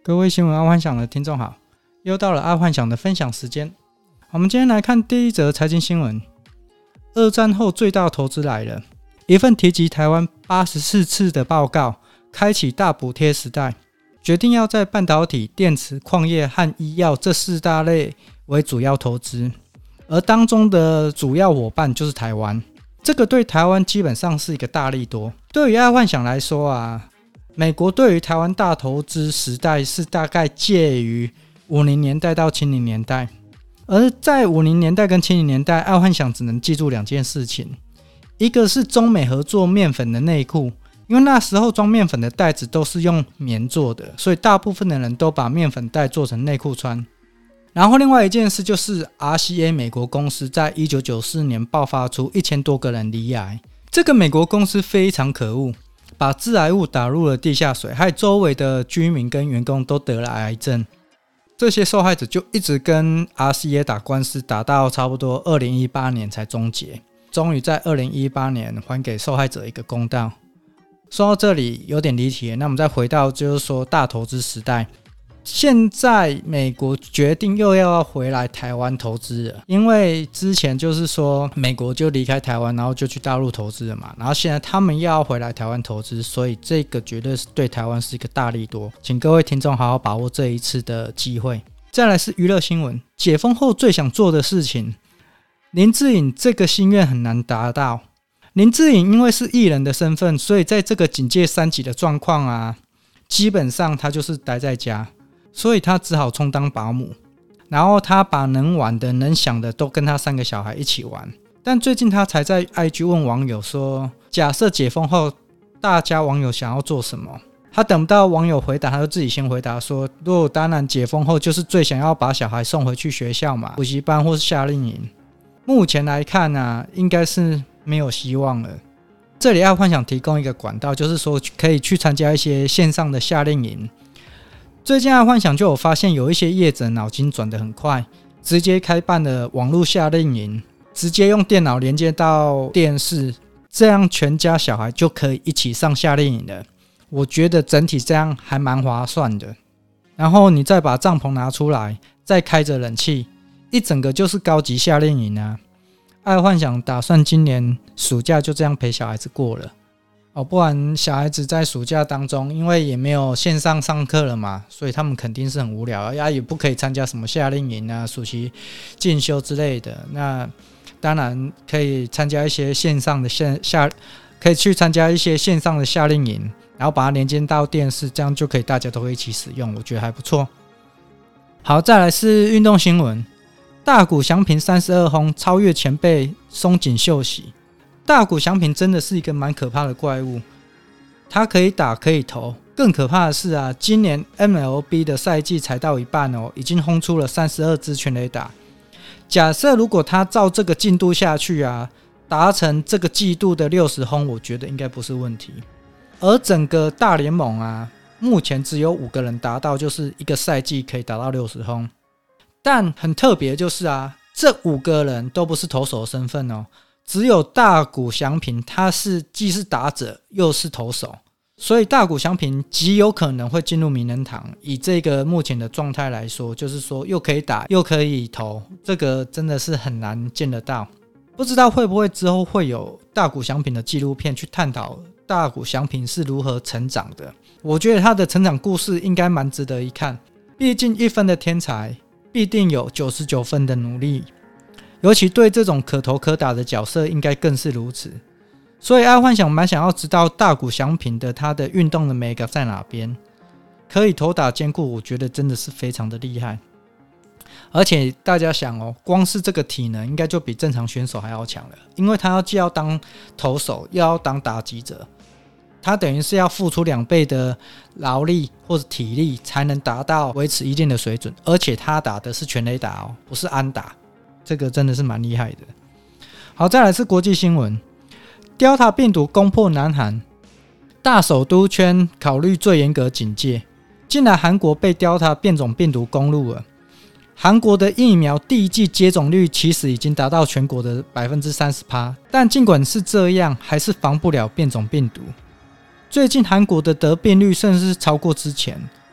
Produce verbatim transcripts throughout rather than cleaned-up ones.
各位新闻阿幻想的听众好，又到了阿幻想的分享时间。我们今天来看第一则财经新闻。二战后最大投资来了，一份提及台湾八十四次的报告，开启大补贴时代，决定要在半导体、电池、矿业和医药这四大类为主要投资，而当中的主要伙伴就是台湾。这个对台湾基本上是一个大利多。对于爱幻想来说啊，美国对于台湾大投资时代是大概介于五零年代到七零年代，而在五零年代跟七零年代，爱幻想只能记住两件事情，一个是中美合作面粉的内裤，因为那时候装面粉的袋子都是用棉做的，所以大部分的人都把面粉袋做成内裤穿。然后另外一件事就是 R C A 美国公司在一九九四年爆发出一千多个人罹癌。这个美国公司非常可恶，把致癌物打入了地下水，害周围的居民跟员工都得了癌症。这些受害者就一直跟 R C A 打官司，打到差不多二零一八年才终结，终于在二零一八年还给受害者一个公道。说到这里有点离题，那我们再回到就是说大投资时代。现在美国决定又要回来台湾投资了，因为之前就是说美国就离开台湾，然后就去大陆投资了嘛，然后现在他们又要回来台湾投资，所以这个绝对是对台湾是一个大利多，请各位听众好好把握这一次的机会。再来是娱乐新闻，解封后最想做的事情，林志颖这个心愿很难达到。林志颖因为是艺人的身份，所以在这个警戒三级的状况啊，基本上他就是待在家，所以他只好充当保姆，然后他把能玩的能想的都跟他三个小孩一起玩。但最近他才在 I G 问网友说，假设解封后大家网友想要做什么，他等不到网友回答，他就自己先回答说，如果当然解封后就是最想要把小孩送回去学校嘛，补习班或是夏令营。目前来看啊，应该是没有希望了。这里爱幻想提供一个管道，就是说可以去参加一些线上的夏令营。最近爱幻想就有发现有一些业者脑筋转得很快，直接开办了网络夏令营，直接用电脑连接到电视，这样全家小孩就可以一起上夏令营了。我觉得整体这样还蛮划算的。然后你再把帐篷拿出来，再开着冷气，一整个就是高级夏令营啊！爱幻想打算今年暑假就这样陪小孩子过了。哦，不然小孩子在暑假当中，因为也没有线上上课了嘛，所以他们肯定是很无聊，也不可以参加什么夏令营啊、暑期进修之类的。那当然可以参加一些线上的线夏，可以去参加一些线上的夏令营，然后把它连接到电视，这样就可以大家都会一起使用，我觉得还不错。好，再来是运动新闻，大谷翔平三十二轰超越前辈松井秀喜。大谷翔平真的是一个蛮可怕的怪物，他可以打可以投，更可怕的是啊，今年 M L B 的赛季才到一半哦，已经轰出了三十二支全垒打。假设如果他照这个进度下去啊，达成这个季度的六十轰，我觉得应该不是问题。而整个大联盟啊，目前只有五个人达到，就是一个赛季可以达到六十轰。但很特别就是啊，这五个人都不是投手的身份哦。只有大谷翔平他是既是打者又是投手，所以大谷翔平极有可能会进入名人堂。以这个目前的状态来说，就是说又可以打又可以投，这个真的是很难见得到。不知道会不会之后会有大谷翔平的纪录片去探讨大谷翔平是如何成长的。我觉得他的成长故事应该蛮值得一看，毕竟一分的天才必定有九十九分的努力，尤其对这种可投可打的角色应该更是如此。所以爱幻想蛮想要知道大谷翔平的他的运动的美感在哪边，可以投打兼顾，我觉得真的是非常的厉害。而且大家想哦，光是这个体能应该就比正常选手还要强了，因为他既要当投手又要当打击者，他等于是要付出两倍的劳力或者体力才能达到维持一定的水准，而且他打的是全垒打哦，不是安打，这个真的是蛮厉害的。好，再来是国际新闻， Delta 病毒攻破南韩，大首都圈考虑最严格警戒。近来韩国被 Delta 变种病毒攻入了，韩国的疫苗第一剂接种率其实已经达到全国的 百分之三十， 但尽管是这样，还是防不了变种病毒。最近韩国的得病率甚至超过之前，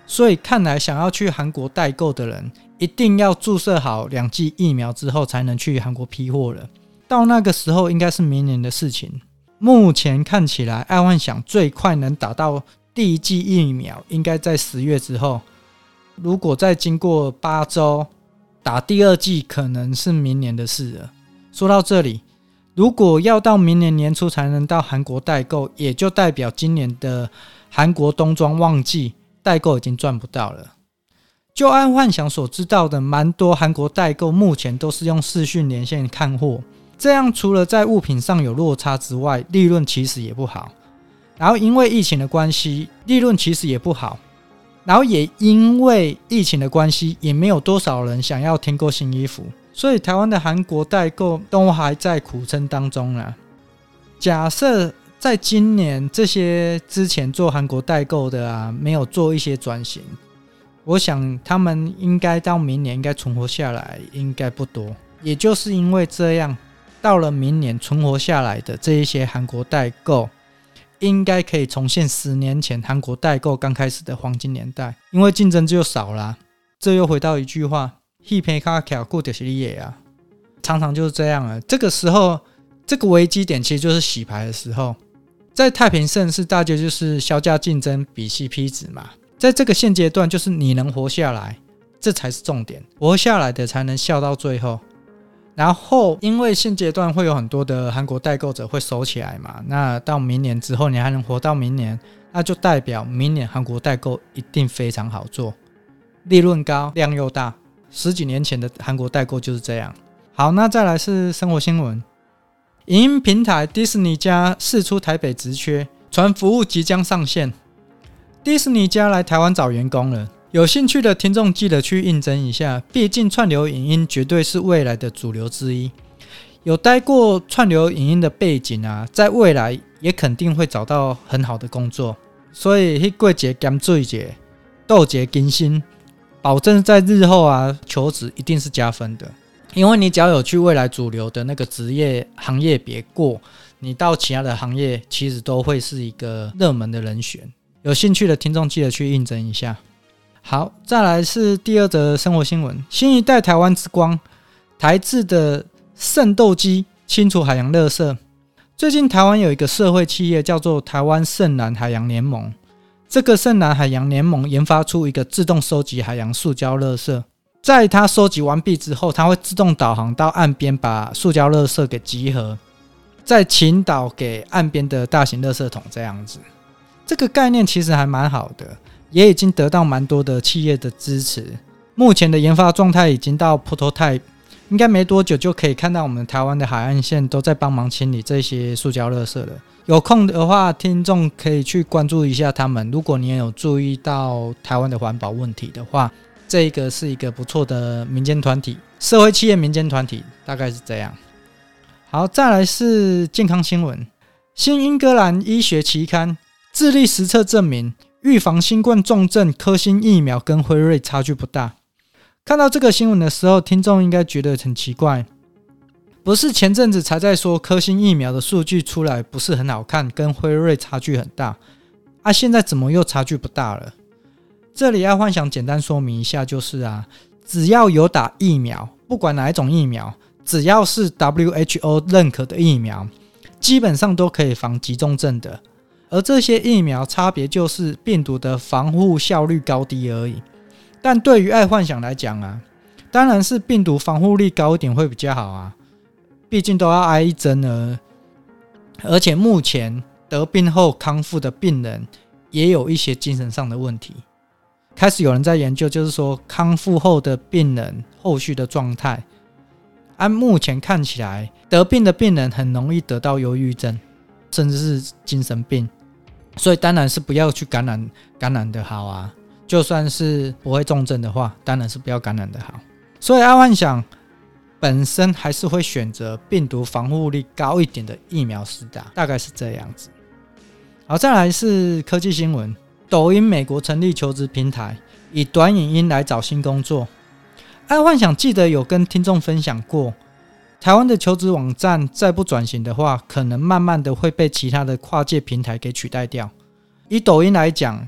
所以看来想要去韩国代购的人一定要注射好两剂疫苗之后才能去韩国批货了，到那个时候应该是明年的事情。目前看起来爱幻想最快能打到第一剂疫苗应该在十月之后，如果再经过八周打第二剂可能是明年的事了。说到这里，如果要到明年年初才能到韩国代购，也就代表今年的韩国冬装旺季代购已经赚不到了。就按幻想所知道的，蛮多韩国代购目前都是用视讯连线看货，这样除了在物品上有落差之外，利润其实也不好。然后因为疫情的关系，利润其实也不好。然后也因为疫情的关系，也没有多少人想要添购新衣服，所以台湾的韩国代购都还在苦撑当中啦。假设在今年这些之前做韩国代购的啊，没有做一些转型，我想他们应该到明年应该存活下来应该不多。也就是因为这样，到了明年存活下来的这一些韩国代购应该可以重现十年前韩国代购刚开始的黄金年代，因为竞争就少啦。这又回到一句话，戏皮卡巧顾就是你也啊，常常就是这样了。这个时候这个危机点其实就是洗牌的时候，在太平盛世大家就是销价竞争比 C P 值嘛，在这个现阶段就是你能活下来，这才是重点，活下来的才能笑到最后。然后因为现阶段会有很多的韩国代购者会收起来嘛，那到明年之后你还能活到明年，那就代表明年韩国代购一定非常好做，利润高，量又大。十几年前的韩国代购就是这样。好，那再来是生活新闻。影音平台迪士尼家释出台北职缺，传服务即将上线。迪士尼家来台湾找员工了，有兴趣的听众记得去应征一下，毕竟串流影音绝对是未来的主流之一。有待过串流影音的背景啊，在未来也肯定会找到很好的工作，所以去过一个咸水一个斗一个更新，保证在日后啊求职一定是加分的。因为你只要有去未来主流的那个职业行业别过，你到其他的行业其实都会是一个热门的人选。有兴趣的听众记得去应征一下。好，再来是第二则生活新闻，新一代台湾之光，台制的渗透机清除海洋垃圾。最近台湾有一个社会企业叫做台湾圣蓝海洋联盟，这个圣蓝海洋联盟研发出一个自动收集海洋塑胶垃圾，在它收集完毕之后，它会自动导航到岸边，把塑胶垃圾给集合，再倾倒给岸边的大型垃圾桶，这样子。这个概念其实还蛮好的，也已经得到蛮多的企业的支持。目前的研发状态已经到 prototype， 应该没多久就可以看到我们台湾的海岸线都在帮忙清理这些塑胶垃圾了。有空的话，听众可以去关注一下他们。如果你也有注意到台湾的环保问题的话，这个是一个不错的民间团体，社会企业民间团体，大概是这样。好，再来是健康新闻。新英格兰医学期刊智力实测证明，预防新冠重症科兴疫苗跟辉瑞差距不大。看到这个新闻的时候，听众应该觉得很奇怪，不是前阵子才在说科兴疫苗的数据出来不是很好看，跟辉瑞差距很大啊，现在怎么又差距不大了？这里要幻想简单说明一下，就是啊，只要有打疫苗，不管哪一种疫苗，只要是 W H O 认可的疫苗，基本上都可以防急重症的。而这些疫苗差别就是病毒的防护效率高低而已。但对于爱幻想来讲啊，当然是病毒防护力高一点会比较好啊，毕竟都要挨一针了。而且目前得病后康复的病人也有一些精神上的问题。开始有人在研究，就是说康复后的病人后续的状态。按目前看起来，得病的病人很容易得到忧郁症，甚至是精神病，所以当然是不要去感染感染的好啊。就算是不会重症的话，当然是不要感染的好。所以爱幻想本身还是会选择病毒防护力高一点的疫苗施打，大概是这样子。好，再来是科技新闻。抖音美国成立求职平台，以短影音来找新工作。爱幻想记得有跟听众分享过，台湾的求职网站再不转型的话，可能慢慢的会被其他的跨界平台给取代掉。以抖音来讲，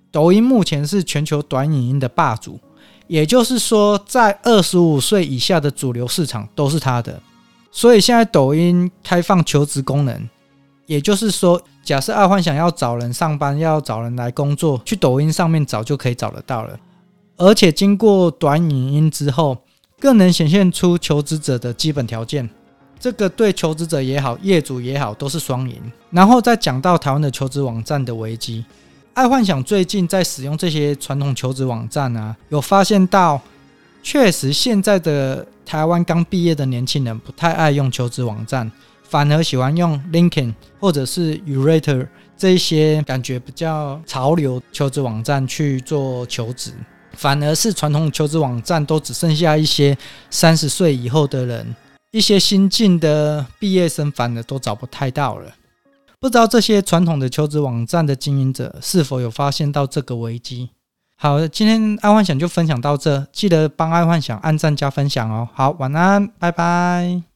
抖音目前是全球短影音的霸主，也就是说在二十五岁以下的主流市场都是它的。所以现在抖音开放求职功能，也就是说假设爱幻想要找人上班，要找人来工作，去抖音上面找就可以找得到了。而且经过短影音之后，更能显现出求职者的基本条件，这个对求职者也好，业主也好都是双赢。然后再讲到台湾的求职网站的危机，爱幻想最近在使用这些传统求职网站啊，有发现到确实现在的台湾刚毕业的年轻人不太爱用求职网站，反而喜欢用 LinkedIn 或者是 Urator 这些感觉比较潮流求职网站去做求职，反而是传统求职网站都只剩下一些三十岁以后的人，一些新进的毕业生反而都找不太到了。不知道这些传统的求职网站的经营者是否有发现到这个危机。好，今天爱幻想就分享到这，记得帮爱幻想按赞加分享哦。好，晚安，拜拜。